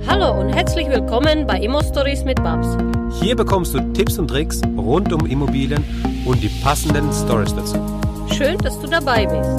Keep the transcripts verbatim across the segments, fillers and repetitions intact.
Hallo und herzlich willkommen bei Immo Stories mit Babs. Hier bekommst du Tipps und Tricks rund um Immobilien und die passenden Stories dazu. Schön, dass du dabei bist.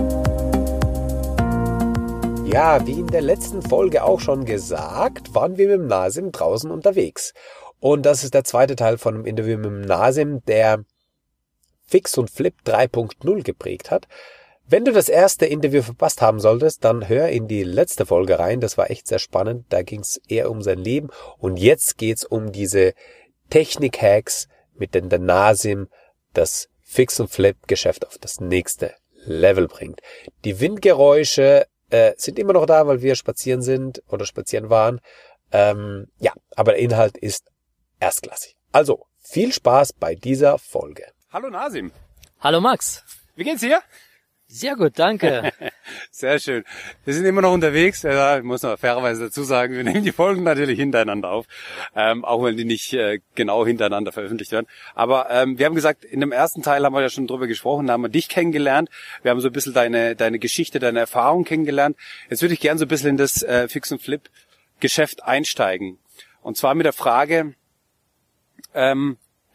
Ja, wie in der letzten Folge auch schon gesagt, waren wir mit dem Nasim draußen unterwegs. Und das ist der zweite Teil von dem Interview mit dem Nasim, der Fix und Flip drei Punkt null geprägt hat. Wenn du das erste Interview verpasst haben solltest, dann hör in die letzte Folge rein. Das war echt sehr spannend. Da ging es eher um sein Leben. Und jetzt geht's um diese Technik-Hacks, mit denen der Nasim das Fix- und Flip-Geschäft auf das nächste Level bringt. Die Windgeräusche äh, sind immer noch da, weil wir spazieren sind oder spazieren waren. Ähm, ja, aber der Inhalt ist erstklassig. Also, viel Spaß bei dieser Folge. Hallo Nasim. Hallo Max. Wie geht's dir? Sehr gut, danke. Sehr schön. Wir sind immer noch unterwegs. Ja, ich muss noch fairerweise dazu sagen, wir nehmen die Folgen natürlich hintereinander auf, ähm, auch wenn die nicht äh, genau hintereinander veröffentlicht werden. Aber ähm, wir haben gesagt, in dem ersten Teil haben wir ja schon drüber gesprochen, da haben wir dich kennengelernt. Wir haben so ein bisschen deine deine Geschichte, deine Erfahrung kennengelernt. Jetzt würde ich gerne so ein bisschen in das äh, Fix- und Flip-Geschäft einsteigen. Und zwar mit der Frage, ähm,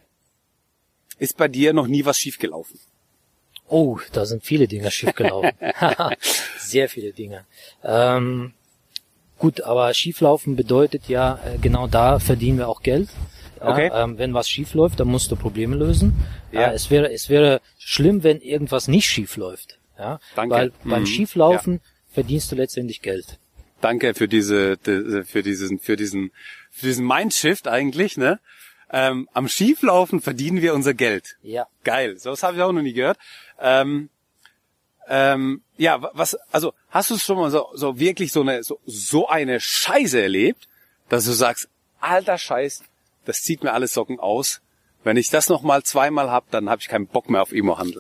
ist bei dir noch nie was schiefgelaufen? Oh, da sind viele Dinge schiefgelaufen. Sehr viele Dinge. Ähm, gut, aber schieflaufen bedeutet ja, äh, genau da verdienen wir auch Geld. Ja, okay. ähm, wenn was schief läuft, dann musst du Probleme lösen. Ja. Äh, es wäre, es wäre schlimm, wenn irgendwas nicht schief läuft. Ja, Danke. weil Mhm. beim Schieflaufen Ja. verdienst du letztendlich Geld. Danke für diese, für diesen, für diesen, für diesen Mindshift eigentlich, ne? Ähm, am Schieflaufen verdienen wir unser Geld. Ja. Geil. So was habe ich auch noch nie gehört. Ähm, ähm, ja, was, also, hast du schon mal so, so wirklich so eine, so, so eine Scheiße erlebt, dass du sagst, alter Scheiß, das zieht mir alle Socken aus. Wenn ich das noch mal zweimal hab, dann habe ich keinen Bock mehr auf Immo-Handel.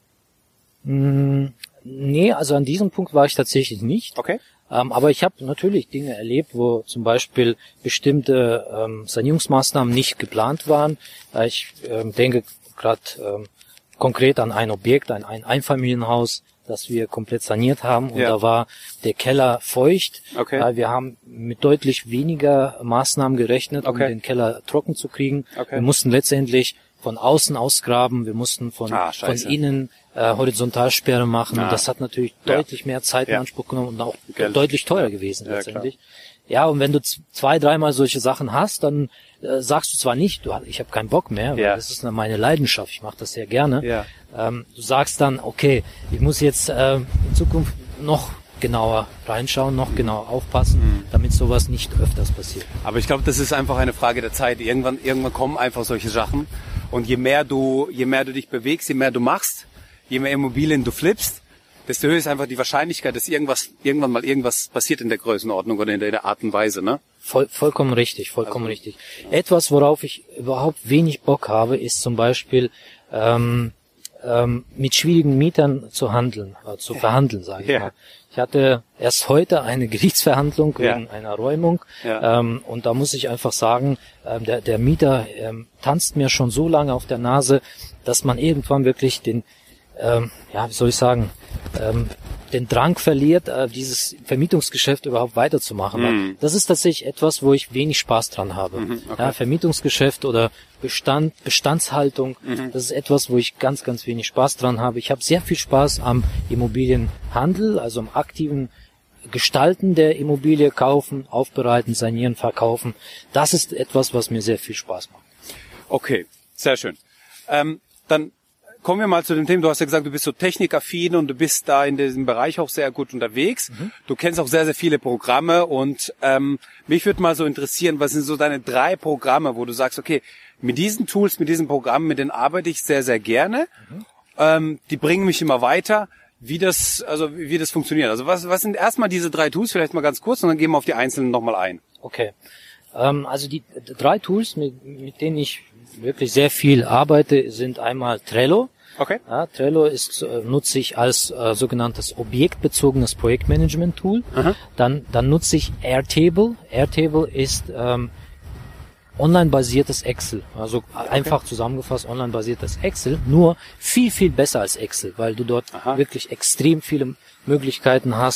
Mm, nee, also an diesem Punkt war ich tatsächlich nicht. Okay. Ähm, aber ich habe natürlich Dinge erlebt, wo zum Beispiel bestimmte ähm, Sanierungsmaßnahmen nicht geplant waren. Äh, ich ähm, denke gerade ähm, konkret an ein Objekt, ein, ein Einfamilienhaus, das wir komplett saniert haben. Und Ja. da war der Keller feucht. Okay. Äh, wir haben mit deutlich weniger Maßnahmen gerechnet, um Okay. den Keller trocken zu kriegen. Okay. Wir mussten letztendlich von außen ausgraben, wir mussten von, Ah, von scheiße. innen äh, Horizontalsperre machen. Ah. Und das hat natürlich Ja. deutlich mehr Zeit in Ja. Anspruch genommen und auch Geld. deutlich teurer gewesen Ja, letztendlich. Ja, und wenn du z- zwei, dreimal solche Sachen hast, dann äh, sagst du zwar nicht, du, ich habe keinen Bock mehr, weil Ja. das ist meine Leidenschaft, ich mache das sehr gerne. Ja. Ähm, du sagst dann, okay, ich muss jetzt äh, in Zukunft noch genauer reinschauen, noch genauer aufpassen, Mhm. damit sowas nicht öfters passiert. Aber ich glaube, das ist einfach eine Frage der Zeit. Irgendwann, irgendwann kommen einfach solche Sachen. Und je mehr du, je mehr du dich bewegst, je mehr du machst, je mehr Immobilien du flippst, desto höher ist einfach die Wahrscheinlichkeit, dass irgendwas, irgendwann mal irgendwas passiert in der Größenordnung oder in der, in der Art und Weise, ne? Voll, vollkommen richtig, vollkommen Also- richtig. Etwas, worauf ich überhaupt wenig Bock habe, ist zum Beispiel ähm, ähm, mit schwierigen Mietern zu handeln, äh, zu verhandeln, sage ich Ja. mal. Ich hatte erst heute eine Gerichtsverhandlung Ja. wegen einer Räumung Ja. ähm, und da muss ich einfach sagen, ähm, der, der Mieter ähm, tanzt mir schon so lange auf der Nase, dass man irgendwann wirklich den, ähm, ja, wie soll ich sagen, ähm, den Drang verliert, äh, dieses Vermietungsgeschäft überhaupt weiterzumachen. Mhm. Weil das ist tatsächlich etwas, wo ich wenig Spaß dran habe. Mhm, okay. Ja, Vermietungsgeschäft oder Bestand, Bestandshaltung, Mhm. das ist etwas, wo ich ganz, ganz wenig Spaß dran habe. Ich habe sehr viel Spaß am Immobilienhandel, also am aktiven Gestalten der Immobilie, kaufen, aufbereiten, sanieren, verkaufen. Das ist etwas, was mir sehr viel Spaß macht. Okay, sehr schön. Ähm, dann kommen wir mal zu dem Thema. Du hast ja gesagt, du bist so technikaffin und du bist da in diesem Bereich auch sehr gut unterwegs. Mhm. Du kennst auch sehr, sehr viele Programme und ähm, mich würde mal so interessieren, was sind so deine drei Programme, wo du sagst, okay, mit diesen Tools, mit diesen Programmen, mit denen arbeite ich sehr, sehr gerne. Mhm. Ähm, die bringen mich immer weiter. Wie das, also wie das funktioniert. Also was, was sind erstmal diese drei Tools? Vielleicht mal ganz kurz und dann gehen wir auf die einzelnen nochmal ein. Okay. Ähm, also die d- drei Tools, mit, mit denen ich wirklich sehr viel arbeite, sind einmal Trello. Okay. Ja, Trello ist, äh, nutze ich als äh, sogenanntes objektbezogenes Projektmanagement-Tool. Aha. Dann, dann nutze ich Airtable. Airtable ist ähm, online-basiertes Excel. Also einfach zusammengefasst online-basiertes Excel, nur viel, viel besser als Excel, weil du dort Aha. wirklich extrem viele Möglichkeiten hast,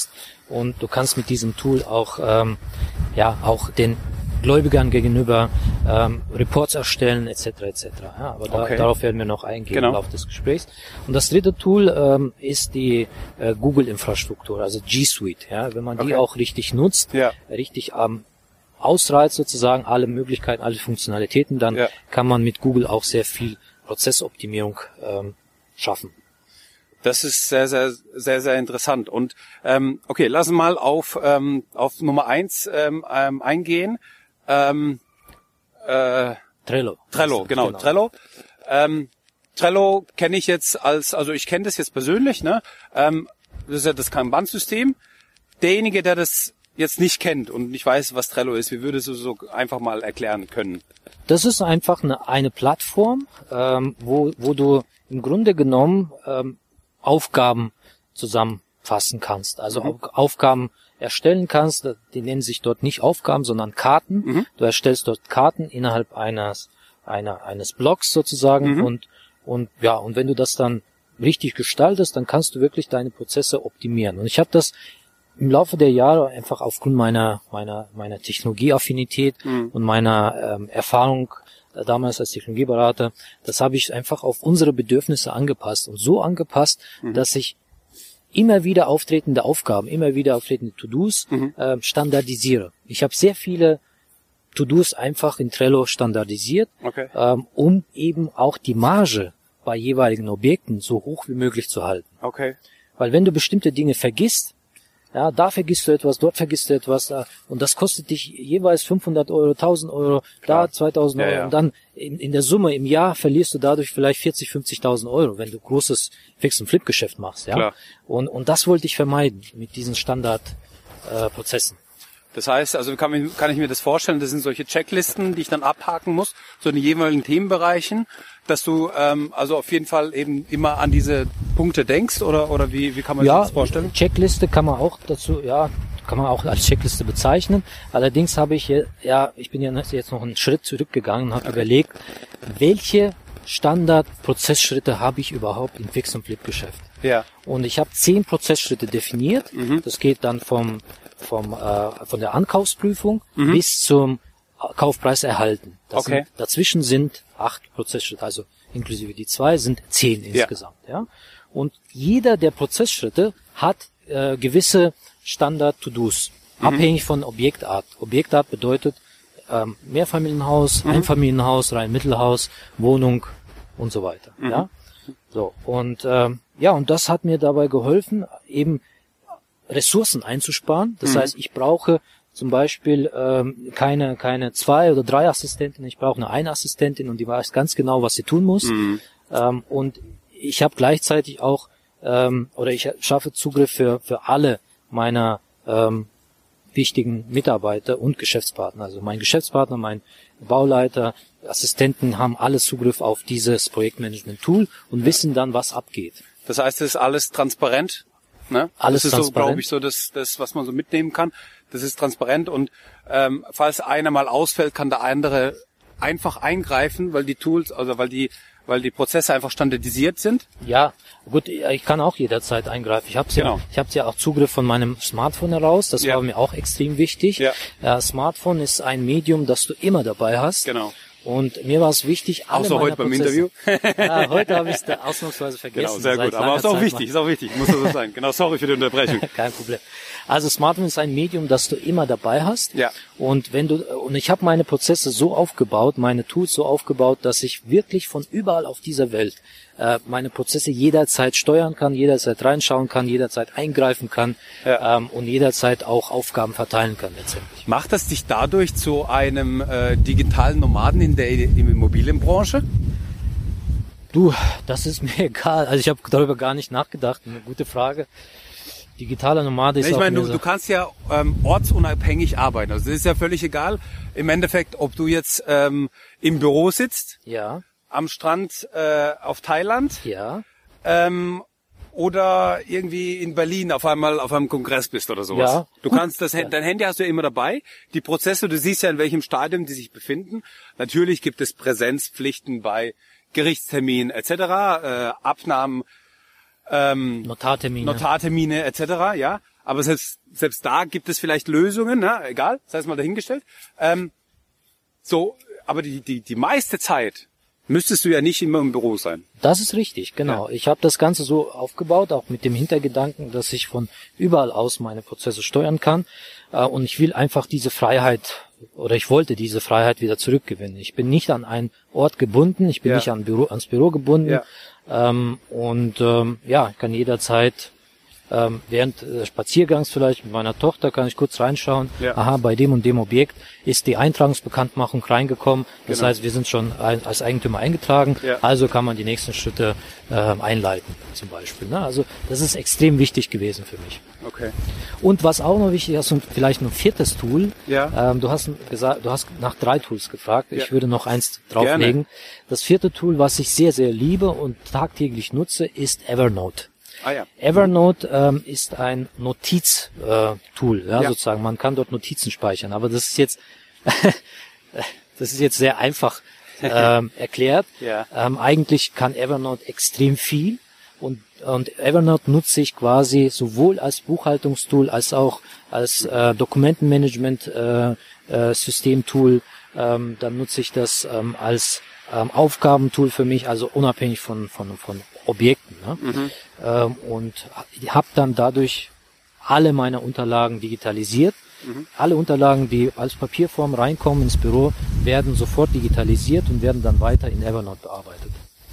und du kannst mit diesem Tool auch ähm, ja auch den Gläubigern gegenüber ähm, Reports erstellen et cetera et cetera. Ja, aber da, okay. darauf werden wir noch eingehen genau. im Laufe des Gesprächs. Und das dritte Tool ähm, ist die äh, Google-Infrastruktur, also G Suite. Ja, wenn man die okay. auch richtig nutzt, ja. richtig ähm, ausreizt sozusagen alle Möglichkeiten, alle Funktionalitäten, dann ja. kann man mit Google auch sehr viel Prozessoptimierung ähm, schaffen. Das ist sehr, sehr, sehr, sehr interessant. Und ähm, okay, lass uns mal auf ähm, auf Nummer eins ähm, ähm, eingehen. Ähm, äh, Trello. Trello, genau, genau. Trello. Ähm, Trello kenne ich jetzt als, also ich kenne das jetzt persönlich, ne? Ähm, das ist ja das Kanban-System. Derjenige, der das jetzt nicht kennt und nicht weiß, was Trello ist, wie würdest du so einfach mal erklären können? Das ist einfach eine, eine Plattform, ähm, wo, wo du im Grunde genommen ähm, Aufgaben zusammenfassen kannst. Also mhm. Aufgaben erstellen kannst, die nennen sich dort nicht Aufgaben, sondern Karten. Mhm. Du erstellst dort Karten innerhalb eines einer, eines Blocks sozusagen mhm. und und ja, und wenn du das dann richtig gestaltest, dann kannst du wirklich deine Prozesse optimieren. Und ich habe das im Laufe der Jahre einfach aufgrund meiner meiner meiner Technologieaffinität mhm. und meiner ähm, Erfahrung äh, damals als Technologieberater, das habe ich einfach auf unsere Bedürfnisse angepasst und so angepasst, mhm. dass ich immer wieder auftretende Aufgaben, immer wieder auftretende To-Dos mhm. äh, standardisiere. Ich habe sehr viele To-Dos einfach in Trello standardisiert, okay. ähm, um eben auch die Marge bei jeweiligen Objekten so hoch wie möglich zu halten. Okay. Weil wenn du bestimmte Dinge vergisst, ja, da vergisst du etwas, dort vergisst du etwas, äh, und das kostet dich jeweils fünfhundert Euro, tausend Euro, Klar. da zweitausend Euro, ja, ja. und dann in, in der Summe im Jahr verlierst du dadurch vielleicht vierzig, fünfzigtausend Euro, wenn du großes Fix- und Flip-Geschäft machst, ja. Klar. Und, und das wollte ich vermeiden mit diesen Standardprozessen. Äh, Das heißt, also kann, ich, kann ich mir das vorstellen, das sind solche Checklisten, die ich dann abhaken muss, so in den jeweiligen Themenbereichen, dass du ähm, also auf jeden Fall eben immer an diese Punkte denkst, oder oder wie wie kann man ja, sich das vorstellen? Checkliste kann man auch dazu, ja, kann man auch als Checkliste bezeichnen. Allerdings habe ich ja, ich bin ja jetzt noch einen Schritt zurückgegangen und habe okay. überlegt, welche Standardprozessschritte habe ich überhaupt im Fix- und Flip-Geschäft? Ja. Und ich habe zehn Prozessschritte definiert. Mhm. Das geht dann vom vom äh, von der Ankaufsprüfung mhm. bis zum Kaufpreis erhalten. Das okay. sind, dazwischen sind acht Prozessschritte, also inklusive die zwei sind zehn insgesamt. Ja. ja. Und jeder der Prozessschritte hat äh, gewisse Standard-To-Dos, mhm. abhängig von Objektart. Objektart bedeutet ähm, Mehrfamilienhaus, mhm. Einfamilienhaus, Reihenmittelhaus, Wohnung und so weiter. Mhm. Ja. So, und ähm, ja, und das hat mir dabei geholfen, eben Ressourcen einzusparen. Das mhm. heißt, ich brauche zum Beispiel ähm, keine keine zwei oder drei Assistenten, ich brauche eine eine Assistentin und die weiß ganz genau, was sie tun muss. Mhm. Ähm, und ich habe gleichzeitig auch ähm, oder ich schaffe Zugriff für für alle meiner ähm, wichtigen Mitarbeiter und Geschäftspartner. Also mein Geschäftspartner, mein Bauleiter, Assistenten haben alle Zugriff auf dieses Projektmanagement-Tool und wissen dann, was abgeht. Das heißt, es ist alles transparent? Ne? Alles das ist transparent. so, glaube ich, so das, das, was man so mitnehmen kann. Das ist transparent und ähm, falls einer mal ausfällt, kann der andere einfach eingreifen, weil die Tools, also weil die, weil die Prozesse einfach standardisiert sind. Ja, gut, ich kann auch jederzeit eingreifen. Ich habe genau. ja, ich habe ja auch Zugriff von meinem Smartphone heraus. Das ja. war mir auch extrem wichtig. Ja. Äh, Smartphone ist ein Medium, das du immer dabei hast. Genau. Und mir war es wichtig, alle Außer heute beim Interview. Ja, heute habe ich es ausnahmsweise vergessen. Genau, sehr gut. Aber ist auch wichtig, ist auch wichtig, muss das so sein. Genau, sorry für die Unterbrechung. Kein Problem. Also Smartphone ist ein Medium, das du immer dabei hast. Ja. Und wenn du und ich habe meine Prozesse so aufgebaut, meine Tools so aufgebaut, dass ich wirklich von überall auf dieser Welt äh, meine Prozesse jederzeit steuern kann, jederzeit reinschauen kann, jederzeit eingreifen kann ja. ähm, und jederzeit auch Aufgaben verteilen kann letztendlich. Macht das dich dadurch zu einem äh, digitalen Nomaden in der Immobilienbranche? Du, das ist mir egal. Also ich habe darüber gar nicht nachgedacht. Eine gute Frage. Digitaler Nomade ist ich auch meine, du, so. du kannst ja ähm, ortsunabhängig arbeiten. Also es ist ja völlig egal, im Endeffekt, ob du jetzt ähm, im Büro sitzt, ja, am Strand äh, auf Thailand, ja, ähm, oder irgendwie in Berlin auf einmal auf einem Kongress bist oder sowas. Ja. Du kannst das, dein Handy hast du ja immer dabei. Die Prozesse, du siehst ja, in welchem Stadium die sich befinden. Natürlich gibt es Präsenzpflichten bei Gerichtsterminen et cetera, äh, Abnahmen, Ähm, Notartermine. Notartermine et cetera, ja. aber selbst selbst da gibt es vielleicht Lösungen, ne? Egal, sei es mal dahingestellt. Ähm, so, aber die die die meiste Zeit müsstest du ja nicht immer im Büro sein. Das ist richtig, genau. Ja. Ich habe das Ganze so aufgebaut, auch mit dem Hintergedanken, dass ich von überall aus meine Prozesse steuern kann. Äh, und ich will einfach diese Freiheit, oder ich wollte diese Freiheit wieder zurückgewinnen. Ich bin nicht an einen Ort gebunden, ich bin ja. nicht an Büro, ans Büro gebunden. Ja. Ähm, und ähm, ja, ich kann jederzeit ähm, während des Spaziergangs vielleicht mit meiner Tochter kann ich kurz reinschauen. Ja. Aha, bei dem und dem Objekt ist die Eintragungsbekanntmachung reingekommen. Das genau. heißt, wir sind schon ein, als Eigentümer eingetragen. Ja. Also kann man die nächsten Schritte ähm, einleiten, zum Beispiel. Ne? Also das ist extrem wichtig gewesen für mich. Okay. Und was auch noch wichtig ist, und vielleicht noch ein viertes Tool. Ja. Ähm, du hast gesagt, du hast nach drei Tools gefragt. Ja. Ich würde noch eins drauflegen. Gerne. Das vierte Tool, was ich sehr, sehr liebe und tagtäglich nutze, ist Evernote. Ah, ja. Evernote ähm, ist ein Notiz-Tool, äh, ja, ja. sozusagen. Man kann dort Notizen speichern, aber das ist jetzt, das ist jetzt sehr einfach ähm, erklärt. Ja. Ähm, eigentlich kann Evernote extrem viel und und Evernote nutze ich quasi sowohl als Buchhaltungstool als auch als äh, Dokumentenmanagement-System-Tool. Äh, äh, ähm, dann nutze ich das ähm, als ähm, Aufgabentool für mich, also unabhängig von von von Objekten. Ne? Mhm. Ähm, und habe dann dadurch alle meine Unterlagen digitalisiert. Mhm. Alle Unterlagen, die als Papierform reinkommen ins Büro, werden sofort digitalisiert und werden dann weiter in Evernote bearbeitet.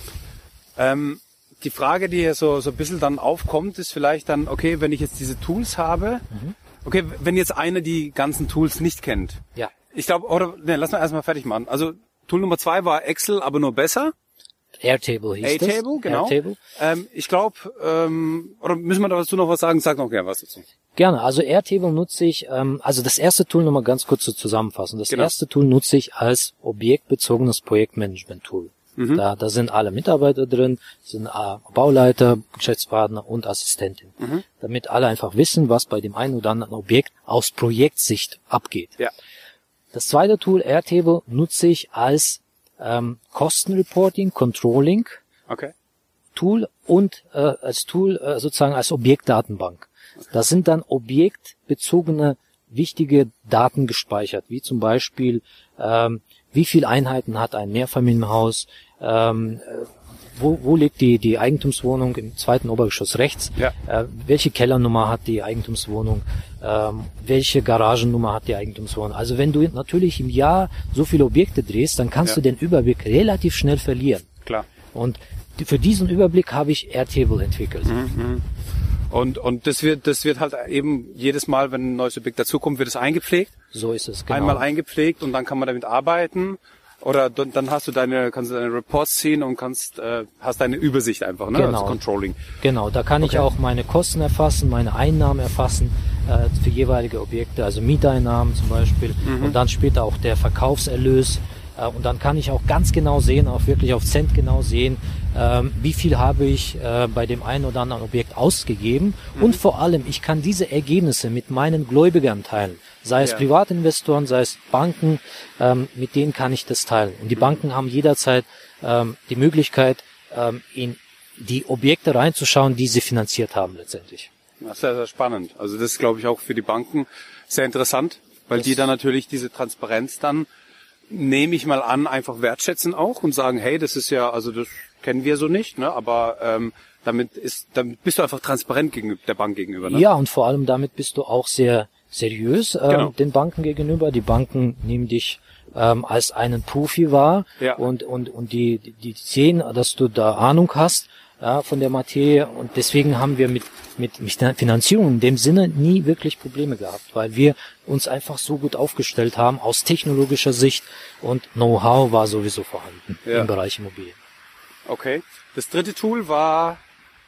Ähm, die Frage, die hier so, so ein bisschen dann aufkommt, ist vielleicht dann, okay, wenn ich jetzt diese Tools habe, mhm. okay, wenn jetzt einer die ganzen Tools nicht kennt. Ja. Ich glaube, oder, ne, lass mal erstmal fertig machen. Also, Tool Nummer zwei war Excel, aber nur besser. Airtable hieß das. Airtable, genau. Airtable. Ähm, ich glaube, ähm, oder müssen wir dazu noch was sagen? Sag noch gerne was dazu. Gerne. Also Airtable nutze ich, ähm, also das erste Tool nochmal ganz kurz zu zusammenfassen. Das genau. erste Tool nutze ich als objektbezogenes Projektmanagement-Tool. Mhm. Da, da sind alle Mitarbeiter drin, sind äh, Bauleiter, Geschäftspartner und Assistentin. Mhm. Damit alle einfach wissen, was bei dem einen oder anderen Objekt aus Projektsicht abgeht. Ja. Das zweite Tool, Airtable, nutze ich als ähm, Kostenreporting, Controlling okay. Tool und äh, als Tool äh, sozusagen als Objektdatenbank. Okay. Da sind dann objektbezogene wichtige Daten gespeichert, wie zum Beispiel ähm, wie viele Einheiten hat ein Mehrfamilienhaus, ähm, wo, wo liegt die, die Eigentumswohnung im zweiten Obergeschoss rechts, ja. äh, welche Kellernummer hat die Eigentumswohnung, ähm, welche Garagennummer hat die Eigentumswohnung. Also wenn du natürlich im Jahr so viele Objekte drehst, dann kannst ja. du den Überblick relativ schnell verlieren. Klar. Und für diesen Überblick habe ich Airtable entwickelt. Mhm. Und, und das wird, das wird halt eben jedes Mal, wenn ein neues Objekt dazukommt, wird es eingepflegt. So ist es, genau. Einmal eingepflegt und dann kann man damit arbeiten. Oder dann hast du deine, kannst du deine Reports ziehen und kannst, äh, hast deine Übersicht einfach, ne? Genau. Also Controlling. Genau. Da kann okay. ich auch meine Kosten erfassen, meine Einnahmen erfassen, äh, für jeweilige Objekte, also Mieteinnahmen zum Beispiel. Mhm. Und dann später auch der Verkaufserlös. Äh, und dann kann ich auch ganz genau sehen, auch wirklich auf Cent genau sehen, ähm, wie viel habe ich äh, bei dem einen oder anderen Objekt ausgegeben. Mhm. Und vor allem, ich kann diese Ergebnisse mit meinen Gläubigern teilen. Sei es ja. Privatinvestoren, sei es Banken, ähm, mit denen kann ich das teilen. Und die Banken haben jederzeit ähm, die Möglichkeit, ähm, in die Objekte reinzuschauen, die sie finanziert haben letztendlich. Das ist sehr, sehr spannend. Also das ist, glaube ich, auch für die Banken sehr interessant, weil das die dann natürlich diese Transparenz dann, nehme ich mal an, einfach wertschätzen auch und sagen, hey, das ist ja, also das kennen wir so nicht, ne? Aber ähm, damit ist, damit bist du einfach transparent gegenüber der Bank gegenüber. Ne? Ja, und vor allem damit bist du auch sehr seriös äh, genau. den Banken gegenüber. Die Banken nehmen dich ähm, als einen Profi wahr ja. und und und die die sehen, dass du da Ahnung hast ja, von der Materie, und deswegen haben wir mit mit mit der Finanzierung in dem Sinne nie wirklich Probleme gehabt, weil wir uns einfach so gut aufgestellt haben aus technologischer Sicht, und Know-how war sowieso vorhanden ja. im Bereich Immobilien. Okay. Das dritte Tool war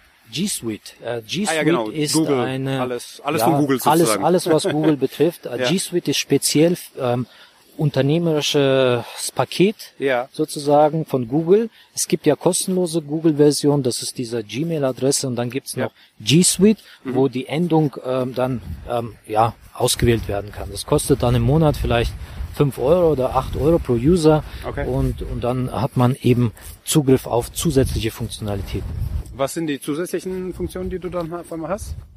G Suite. Äh, G Suite ah, ja, genau. ist Google. eine alles alles ja, von Google sozusagen. Alles alles was Google betrifft. Äh, ja. G Suite ist speziell ähm, unternehmerisches Paket ja. sozusagen von Google. Es gibt ja kostenlose Google-Version, das ist diese Gmail-Adresse, und dann gibt's ja. noch G Suite, mhm. wo die Endung ähm, dann ähm, ja ausgewählt werden kann. Das kostet dann im Monat vielleicht fünf Euro oder acht Euro pro User, okay. und und dann hat man eben Zugriff auf zusätzliche Funktionalitäten. Was sind die zusätzlichen Funktionen, die du dann auf einmal hast?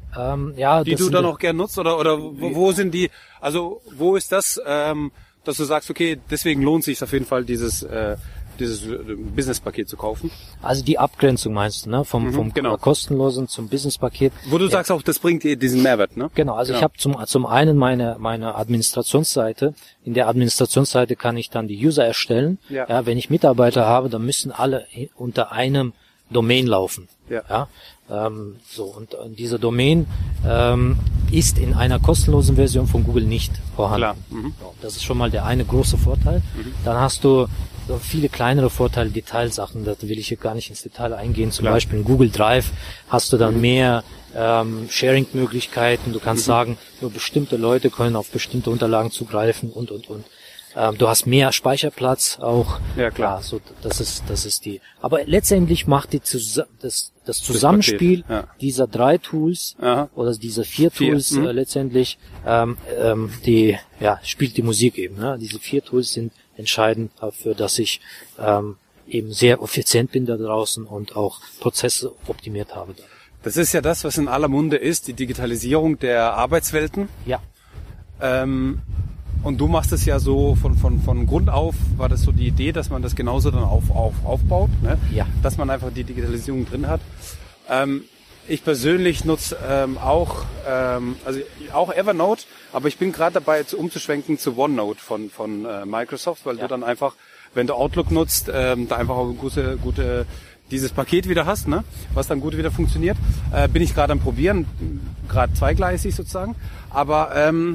Ähm, ja, die das du sind dann die- auch gern nutzt? Oder, oder wo, wo sind die, also wo ist das, ähm, dass du sagst, okay, deswegen lohnt sich auf jeden Fall dieses, äh, dieses äh, Business-Paket zu kaufen? Also die Abgrenzung meinst du, ne? Vom, Mhm, vom genau. kostenlosen zum Business-Paket. Wo du sagst auch, das bringt dir diesen Mehrwert, ne? Genau, also Genau. ich habe zum, zum einen meine, meine Administrationsseite. In der Administrationsseite kann ich dann die User erstellen. Ja. Ja, wenn ich Mitarbeiter habe, dann müssen alle i- unter einem Domain laufen. Ja. Ja, ähm, so, und, und diese Domain ähm, ist in einer kostenlosen Version von Google nicht vorhanden. Klar. Mhm. So, das ist schon mal der eine große Vorteil. Dann hast du so viele kleinere Vorteile, Detailsachen, da will ich hier gar nicht ins Detail eingehen. Zum Klar. Beispiel in Google Drive hast du dann mehr ähm, Sharing-Möglichkeiten. Du kannst sagen, nur bestimmte Leute können auf bestimmte Unterlagen zugreifen und, und, und. Ähm, du hast mehr Speicherplatz auch. Ja, klar. Ja, so, das ist, das ist die. Aber letztendlich macht die Zusa- das, das Zusammenspiel Paket, ja. dieser drei Tools Aha. oder dieser vier Vier, Tools mhm. äh, letztendlich, ähm, ähm, die, ja, spielt die Musik eben. Ne? Diese vier Tools sind entscheidend dafür, dass ich ähm, eben sehr effizient bin da draußen und auch Prozesse optimiert habe. Da. Das ist ja das, was in aller Munde ist, die Digitalisierung der Arbeitswelten. Ja. Ähm, und du machst es ja so von, von, von Grund auf, war das so die Idee, dass man das genauso dann auf, auf, aufbaut, ne? Ja. Dass man einfach die Digitalisierung drin hat. Ähm, ich persönlich nutze ähm, auch, ähm, also auch Evernote, aber ich bin gerade dabei, zu, umzuschwenken zu OneNote von, von äh, Microsoft, weil Ja. du dann einfach, wenn du Outlook nutzt, ähm, da einfach auch eine gute, gute dieses Paket wieder hast, ne? Was dann gut wieder funktioniert. Äh, bin ich gerade am Probieren, gerade zweigleisig sozusagen. Aber ähm,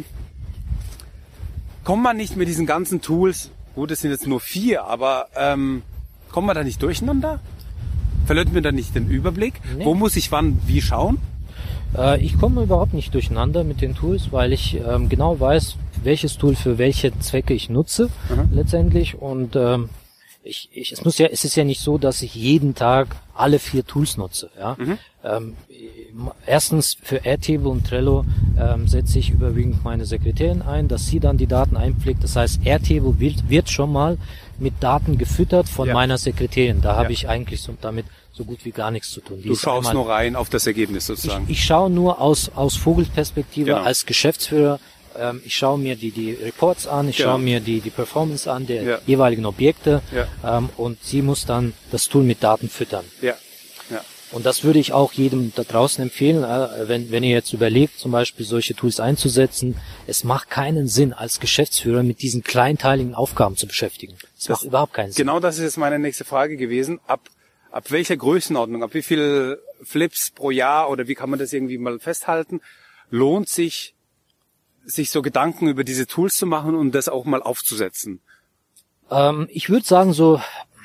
kommt man nicht mit diesen ganzen Tools, gut, es sind jetzt nur vier, aber ähm, kommt man da nicht durcheinander? Verliert man da nicht den Überblick? Nee. Wo muss ich wann wie schauen? Äh, ich komme überhaupt nicht durcheinander mit den Tools, weil ich ähm, genau weiß, welches Tool für welche Zwecke ich nutze Mhm. letztendlich. Und ähm, ich, ich, es muss ja, es ist ja nicht so, dass ich jeden Tag alle vier Tools nutze. Ja. Mhm. Ähm, erstens für Airtable und Trello ähm, setze ich überwiegend meine Sekretärin ein, dass sie dann die Daten einpflegt. Das heißt, Airtable wird, wird schon mal mit Daten gefüttert von Ja. meiner Sekretärin. Da habe Ja. ich eigentlich so, damit so gut wie gar nichts zu tun. Die Du ist schaust einmal- nur rein auf das Ergebnis ich, sozusagen. ich schaue nur aus, aus Vogelperspektive Genau. als Geschäftsführer. Ähm, ich schaue mir die, die Reports an, ich Genau. schaue mir die, die Performance an der Ja. jeweiligen Objekte Ja. ähm, und sie muss dann das Tool mit Daten füttern. Ja, ja, Und das würde ich auch jedem da draußen empfehlen, äh, wenn, wenn ihr jetzt überlegt, zum Beispiel solche Tools einzusetzen. Es macht keinen Sinn, als Geschäftsführer mit diesen kleinteiligen Aufgaben zu beschäftigen. Es macht überhaupt keinen Sinn. genau das ist jetzt meine nächste Frage gewesen. Ab, ab welcher Größenordnung, ab wie viel Flips pro Jahr oder wie kann man das irgendwie mal festhalten, lohnt sich, sich so Gedanken über diese Tools zu machen und das auch mal aufzusetzen? Ähm, ich würde sagen, so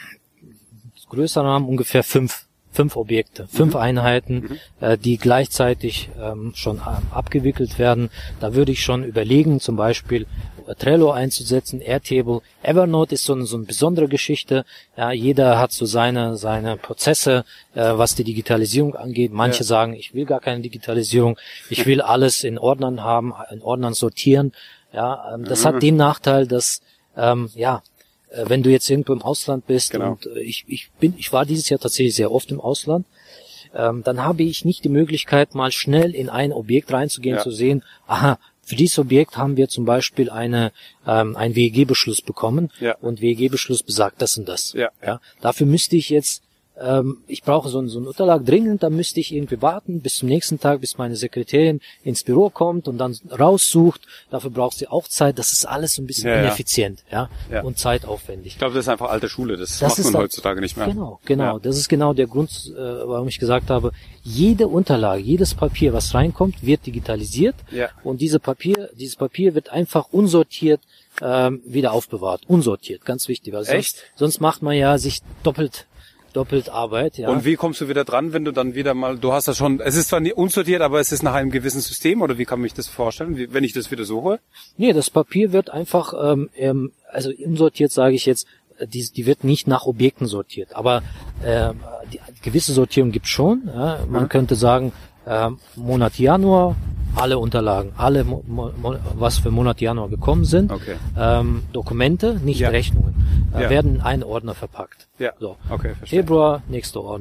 größer Rahmen ungefähr fünf, fünf Objekte, fünf Einheiten, äh, die gleichzeitig ähm, schon ähm, abgewickelt werden. Da würde ich schon überlegen, zum Beispiel äh, Trello einzusetzen, Airtable. Evernote ist so eine, so eine besondere Geschichte. Ja, jeder hat so seine seine Prozesse, äh, was die Digitalisierung angeht. Manche Ja. sagen, ich will gar keine Digitalisierung, ich will alles in Ordnern haben, in Ordnern sortieren. Ja, ähm, das hat den Nachteil, dass ähm, ja äh, wenn du jetzt irgendwo im Ausland bist Genau. und äh, ich ich bin ich war dieses Jahr tatsächlich sehr oft im Ausland, ähm, dann habe ich nicht die Möglichkeit, mal schnell in ein Objekt reinzugehen, Ja. zu sehen, aha, für dieses Objekt haben wir zum Beispiel eine ähm, einen W E G-Beschluss bekommen Ja. und W E G-Beschluss besagt das und das. Ja. Ja, dafür müsste ich jetzt ähm, ich brauche so, ein, so eine Unterlage dringend, da müsste ich irgendwie warten bis zum nächsten Tag, bis meine Sekretärin ins Büro kommt und dann raussucht. Dafür braucht sie auch Zeit. Das ist alles so ein bisschen Ja, ja. ineffizient, ja, Ja. und zeitaufwendig. Ich glaube, das ist einfach alte Schule. Das, Das macht ist man da- heutzutage nicht mehr. Genau, genau. Ja. Das ist genau der Grund, äh, warum ich gesagt habe, jede Unterlage, jedes Papier, was reinkommt, wird digitalisiert Ja. und diese Papier, dieses Papier wird einfach unsortiert ähm, wieder aufbewahrt. Unsortiert, ganz wichtig. Weil sonst, Echt? sonst macht man ja sich doppelt doppelt Arbeit. Ja. Und wie kommst du wieder dran, wenn du dann wieder mal, du hast das schon, es ist zwar nicht unsortiert, aber es ist nach einem gewissen System, oder wie kann man sich das vorstellen, wie, wenn ich das wieder suche? Nee, das Papier wird einfach, ähm, ähm, also unsortiert sage ich jetzt, äh, die, die wird nicht nach Objekten sortiert, aber ähm, die, gewisse Sortierung gibt schon. Ja. Man Mhm. könnte sagen, ähm, Monat Januar, alle Unterlagen, alle, Mo Mo was für Monat Januar gekommen sind, Okay. ähm, Dokumente, nicht Ja. Rechnungen, äh, Ja. werden in einen Ordner verpackt. Ja. So. Okay, verstehe. Februar, nächster Ordner.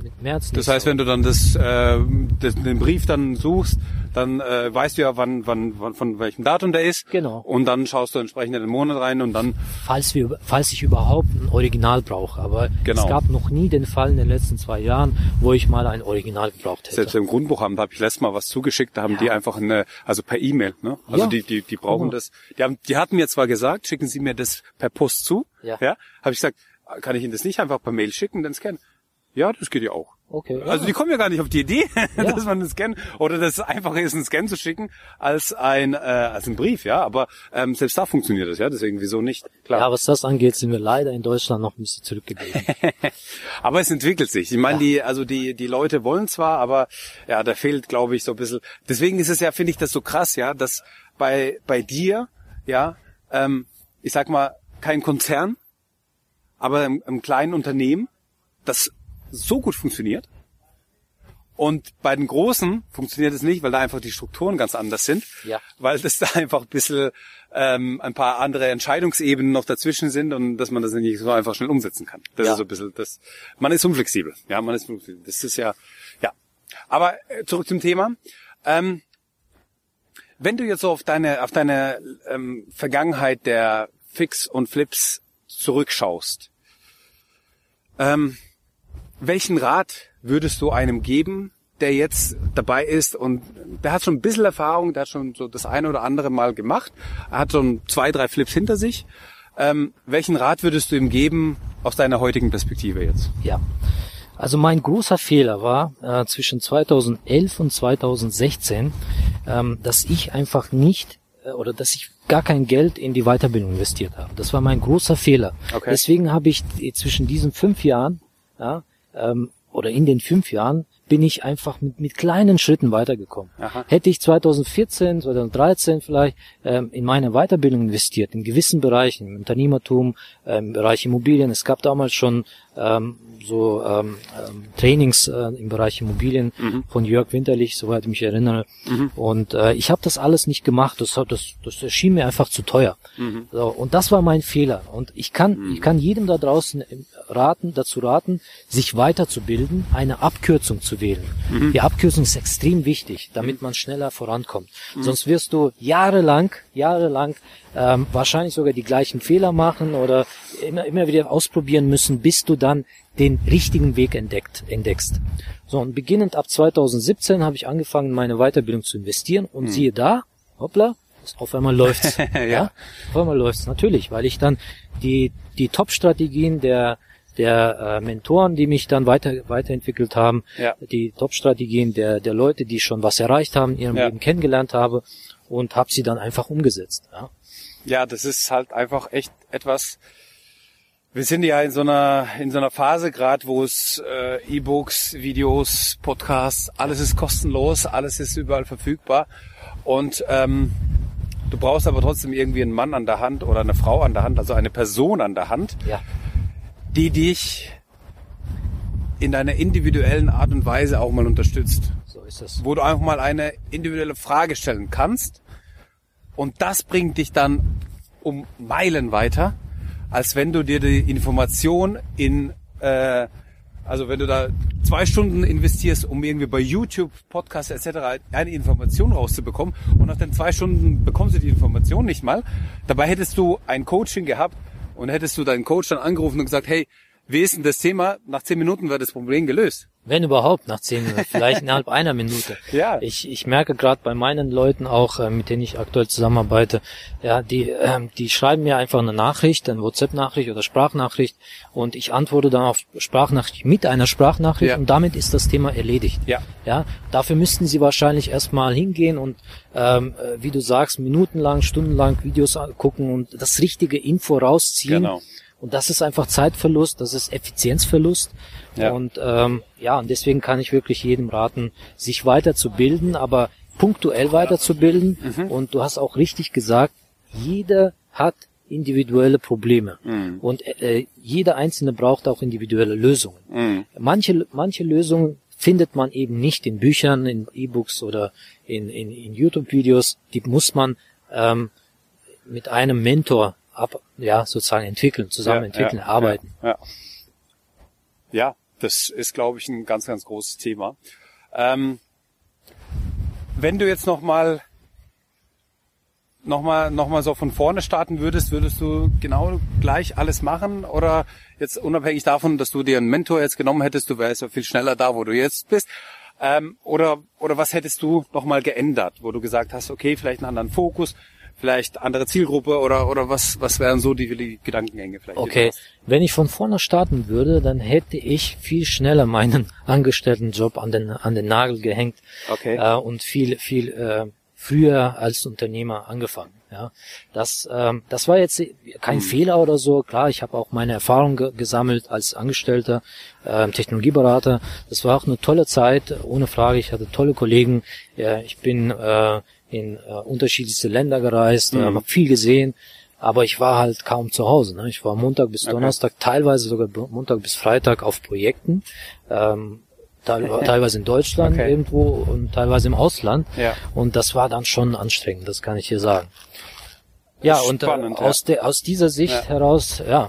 mit März nicht Das heißt, so. wenn du dann das, äh, das, den Brief dann suchst, dann äh, weißt du ja, wann, wann, wann, von welchem Datum der ist. Genau. Und dann schaust du entsprechend in den Monat rein und dann... Falls wir, falls ich überhaupt ein Original brauche. Aber Genau. es gab noch nie den Fall in den letzten zwei Jahren, wo ich mal ein Original gebraucht hätte. Selbst im Grundbuchamt habe ich letztes Mal was zugeschickt, da haben Ja. die einfach eine, also per E-Mail, ne? Also Ja. die, die, die brauchen Genau. das. Die haben, die hatten mir zwar gesagt, schicken Sie mir das per Post zu. Ja. Ja. Habe ich gesagt, kann ich Ihnen das nicht einfach per Mail schicken, den Scan? Ja, das geht ja auch. Okay. Also die kommen ja gar nicht auf die Idee, Ja. dass man einen Scan oder dass es einfacher ist, einen Scan zu schicken als ein äh, als ein Brief, ja. Aber ähm, selbst da funktioniert das, ja. Deswegen wieso nicht? Klar. Ja, was das angeht, sind wir leider in Deutschland noch ein bisschen zurückgeblieben. Aber es entwickelt sich. Ich meine, Ja. die, also die, die Leute wollen zwar, aber ja, da fehlt, glaube ich, so ein bisschen. Deswegen ist es ja, finde ich das so krass, ja, dass bei, bei dir, ja, ähm, ich sag mal, kein Konzern, aber im, im kleinen Unternehmen, das so gut funktioniert. Und bei den Großen funktioniert es nicht, weil da einfach die Strukturen ganz anders sind. Ja. Weil das da einfach ein bisschen ähm, ein paar andere Entscheidungsebenen noch dazwischen sind und dass man das nicht so einfach schnell umsetzen kann. Das Ja. ist so ein bisschen das. Man ist unflexibel. Ja, man ist unflexibel. Das ist ja, ja. Aber äh, zurück zum Thema. Ähm, wenn du jetzt so auf deine auf deine ähm, Vergangenheit der Fix und Flips zurückschaust, ähm, welchen Rat würdest du einem geben, der jetzt dabei ist und der hat schon ein bisschen Erfahrung, der hat schon so das eine oder andere Mal gemacht, er hat schon zwei, drei Flips hinter sich. Ähm, welchen Rat würdest du ihm geben aus deiner heutigen Perspektive jetzt? Ja. Also mein großer Fehler war äh, zwischen zweitausendelf und zweitausendsechzehn, ähm, dass ich einfach nicht äh, oder dass ich gar kein Geld in die Weiterbildung investiert habe. Das war mein großer Fehler. Okay. Deswegen habe ich die, zwischen diesen fünf Jahren, ja, ähm, oder in den fünf Jahren, bin ich einfach mit, mit kleinen Schritten weitergekommen. Aha. Hätte ich zweitausendvierzehn, zweitausenddreizehn vielleicht ähm, in meine Weiterbildung investiert, in gewissen Bereichen, im Unternehmertum, äh, im Bereich Immobilien. Es gab damals schon ähm, so ähm, ähm, Trainings äh, im Bereich Immobilien Mhm. von Jörg Winterlich, soweit ich mich erinnere. Mhm. Und äh, ich habe das alles nicht gemacht. Das, hat- das, das erschien mir einfach zu teuer. Mhm. So, und das war mein Fehler. Und ich kann, Mhm. ich kann jedem da draußen raten, dazu raten, sich weiterzubilden, eine Abkürzung zu wählen. Mhm. Die Abkürzung ist extrem wichtig, damit man schneller vorankommt. Sonst wirst du jahrelang, jahrelang ähm, wahrscheinlich sogar die gleichen Fehler machen oder immer, immer wieder ausprobieren müssen, bis du dann den richtigen Weg entdeckt, entdeckst. So, und beginnend ab zweitausendsiebzehn habe ich angefangen, in meine Weiterbildung zu investieren und siehe da, hoppla, auf einmal läuft's. Ja. Auf einmal läuft's, natürlich, weil ich dann die, die Top-Strategien der, der äh, Mentoren, die mich dann weiter, weiterentwickelt haben, Ja. die Top-Strategien der, der Leute, die schon was erreicht haben, in ihrem Ja. Leben kennengelernt habe und habe sie dann einfach umgesetzt. Ja. Ja, das ist halt einfach echt etwas. Wir sind ja in so einer in so einer Phase gerade, wo es äh, E-Books, Videos, Podcasts, alles ist kostenlos, alles ist überall verfügbar und ähm, du brauchst aber trotzdem irgendwie einen Mann an der Hand oder eine Frau an der Hand, also eine Person an der Hand, Ja. die dich in deiner individuellen Art und Weise auch mal unterstützt, So ist es. wo du einfach mal eine individuelle Frage stellen kannst und das bringt dich dann um Meilen weiter, als wenn du dir die Information in, äh, also wenn du da zwei Stunden investierst, um irgendwie bei YouTube, Podcasts et cetera eine Information rauszubekommen und nach den zwei Stunden bekommst du die Information nicht mal. Dabei hättest du ein Coaching gehabt und hättest du deinen Coach dann angerufen und gesagt, hey, wie ist denn das Thema? Nach zehn Minuten wird das Problem gelöst. Wenn überhaupt, nach zehn Minuten, vielleicht innerhalb einer Minute. Ja. Ich, ich merke gerade bei meinen Leuten auch, äh, mit denen ich aktuell zusammenarbeite, ja, die, ähm, die schreiben mir einfach eine Nachricht, eine WhatsApp-Nachricht oder Sprachnachricht und ich antworte dann auf Sprachnachricht mit einer Sprachnachricht Ja. und damit ist das Thema erledigt. Ja. Ja, dafür müssten sie wahrscheinlich erstmal hingehen und, ähm, äh, wie du sagst, minutenlang, stundenlang Videos gucken und das richtige Info rausziehen. Genau. Und das ist einfach Zeitverlust, das ist Effizienzverlust. Ja. Und ähm, ja, und deswegen kann ich wirklich jedem raten, sich weiterzubilden, aber punktuell weiterzubilden. Mhm. Und du hast auch richtig gesagt, jeder hat individuelle Probleme. Mhm. Und äh, jeder Einzelne braucht auch individuelle Lösungen. Mhm. Manche, manche Lösungen findet man eben nicht in Büchern, in E-Books oder in, in, in YouTube-Videos. Die muss man ähm, mit einem Mentor ab, ja, sozusagen entwickeln, zusammen Ja, entwickeln, ja, arbeiten. Ja, ja. ja, Das ist, glaube ich, ein ganz, ganz großes Thema. Ähm, wenn du jetzt nochmal noch mal, noch mal so von vorne starten würdest, würdest du genau gleich alles machen? Oder jetzt unabhängig davon, dass du dir einen Mentor jetzt genommen hättest, du wärst ja viel schneller da, wo du jetzt bist. Ähm, oder, oder was hättest du nochmal geändert, wo du gesagt hast, okay, vielleicht einen anderen Fokus, vielleicht andere Zielgruppe oder, oder was, was wären so die, die Gedankengänge vielleicht? Okay, wenn ich von vorne starten würde, dann hätte ich viel schneller meinen Angestelltenjob an den, an den Nagel gehängt. Okay. Äh, und viel, viel, äh, früher als Unternehmer angefangen. Ja, das ähm, das war jetzt kein hm. Fehler oder so. Klar, ich habe auch meine Erfahrung ge- gesammelt als Angestellter, äh, Technologieberater. Das war auch eine tolle Zeit, ohne Frage. Ich hatte tolle Kollegen. Ja, ich bin äh, in äh, unterschiedlichste Länder gereist, hm. äh, habe viel gesehen, aber ich war halt kaum zu Hause. Ne? Ich war Montag bis okay. Donnerstag, teilweise sogar Montag bis Freitag auf Projekten. Ähm, teilweise in Deutschland okay. irgendwo und teilweise im Ausland. Ja. Und das war dann schon anstrengend, das kann ich hier sagen. Ja, und spannend, äh, aus, ja. der, aus dieser Sicht ja. heraus, ja,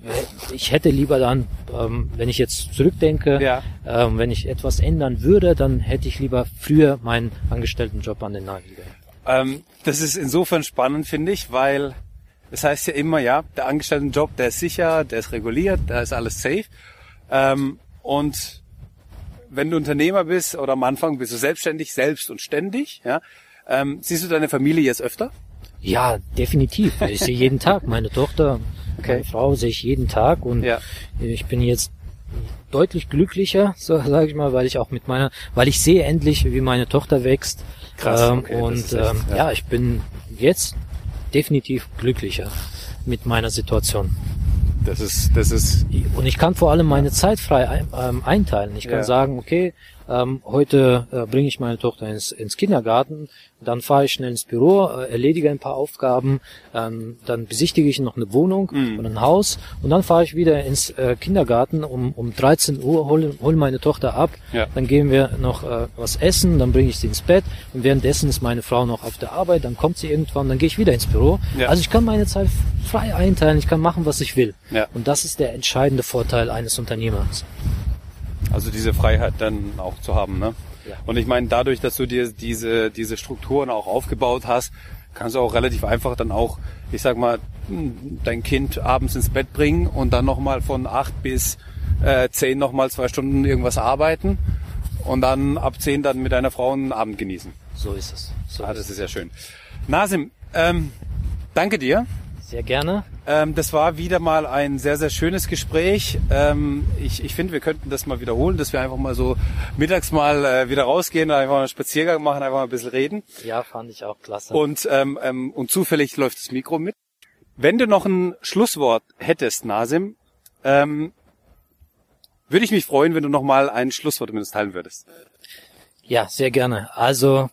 ich hätte lieber dann, ähm, wenn ich jetzt zurückdenke, ja. ähm, wenn ich etwas ändern würde, dann hätte ich lieber früher meinen Angestelltenjob an den Nagel gehängt. Ähm, das ist insofern spannend, finde ich, weil es heißt ja immer, ja, der Angestelltenjob, der ist sicher, der ist reguliert, da ist alles safe. Ähm, und wenn du Unternehmer bist oder am Anfang bist du selbstständig, selbst und ständig, ja, ähm, siehst du deine Familie jetzt öfter? Ja, definitiv. Ich sehe jeden Tag meine Tochter, okay. meine Frau sehe ich jeden Tag und ja. ich bin jetzt deutlich glücklicher, so sage ich mal, weil ich auch mit meiner, weil ich sehe endlich, wie meine Tochter wächst. Krass. Ähm, okay, und echt, ähm, ja. ja, ich bin jetzt definitiv glücklicher mit meiner Situation. Das ist, das ist. Und ich kann vor allem meine Zeit frei ein, ähm, einteilen. Ich kann ja. sagen, okay, ähm, heute äh, bringe ich meine Tochter ins, ins Kindergarten, dann fahre ich schnell ins Büro, äh, erledige ein paar Aufgaben, ähm, dann besichtige ich noch eine Wohnung mhm. und ein Haus und dann fahre ich wieder ins äh, Kindergarten um um dreizehn Uhr, hole hol meine Tochter ab, ja. dann gehen wir noch äh, was essen, dann bringe ich sie ins Bett und währenddessen ist meine Frau noch auf der Arbeit, dann kommt sie irgendwann, dann gehe ich wieder ins Büro. Ja. Also ich kann meine Zeit frei einteilen, ich kann machen, was ich will. Ja. Und das ist der entscheidende Vorteil eines Unternehmers. Also diese Freiheit dann auch zu haben, ne? Ja. Und ich meine, dadurch, dass du dir diese diese Strukturen auch aufgebaut hast, kannst du auch relativ einfach dann auch, ich sag mal, dein Kind abends ins Bett bringen und dann nochmal von acht bis äh, zehn nochmal zwei Stunden irgendwas arbeiten und dann ab zehn dann mit deiner Frau einen Abend genießen. So ist es. So ah, ist das ist ja schön. Nasim, ähm, danke dir. Sehr gerne. Ähm, das war wieder mal ein sehr, sehr schönes Gespräch. Ähm, ich ich finde, wir könnten das mal wiederholen, dass wir einfach mal so mittags mal äh, wieder rausgehen, einfach mal einen Spaziergang machen, einfach mal ein bisschen reden. Ja, fand ich auch klasse. Und, ähm, ähm, und zufällig läuft das Mikro mit. Wenn du noch ein Schlusswort hättest, Nasim, ähm, würde ich mich freuen, wenn du noch mal ein Schlusswort mit uns teilen würdest. Ja, sehr gerne. Also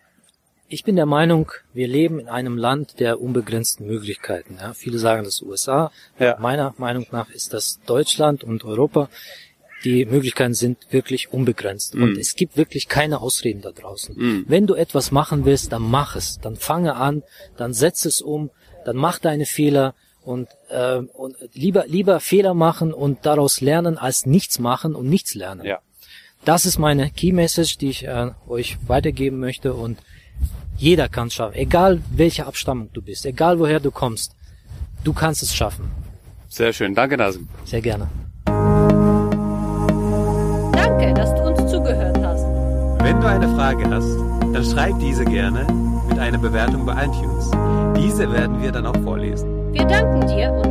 ich bin der Meinung, wir leben in einem Land der unbegrenzten Möglichkeiten. Ja, viele sagen das U S A. Ja. Meiner Meinung nach ist das Deutschland und Europa. Die Möglichkeiten sind wirklich unbegrenzt. Mm. Und es gibt wirklich keine Ausreden da draußen. Mm. Wenn du etwas machen willst, dann mach es. Dann fange an, dann setz es um, dann mach deine Fehler und, äh, und lieber, lieber Fehler machen und daraus lernen, als nichts machen und nichts lernen. Ja. Das ist meine Key Message, die ich äh, euch weitergeben möchte. Und jeder kann es schaffen, egal welche Abstammung du bist, egal woher du kommst, du kannst es schaffen. Sehr schön, danke Nasim. Sehr gerne. Danke, dass du uns zugehört hast. Wenn du eine Frage hast, dann schreib diese gerne mit einer Bewertung bei iTunes. Diese werden wir dann auch vorlesen. Wir danken dir und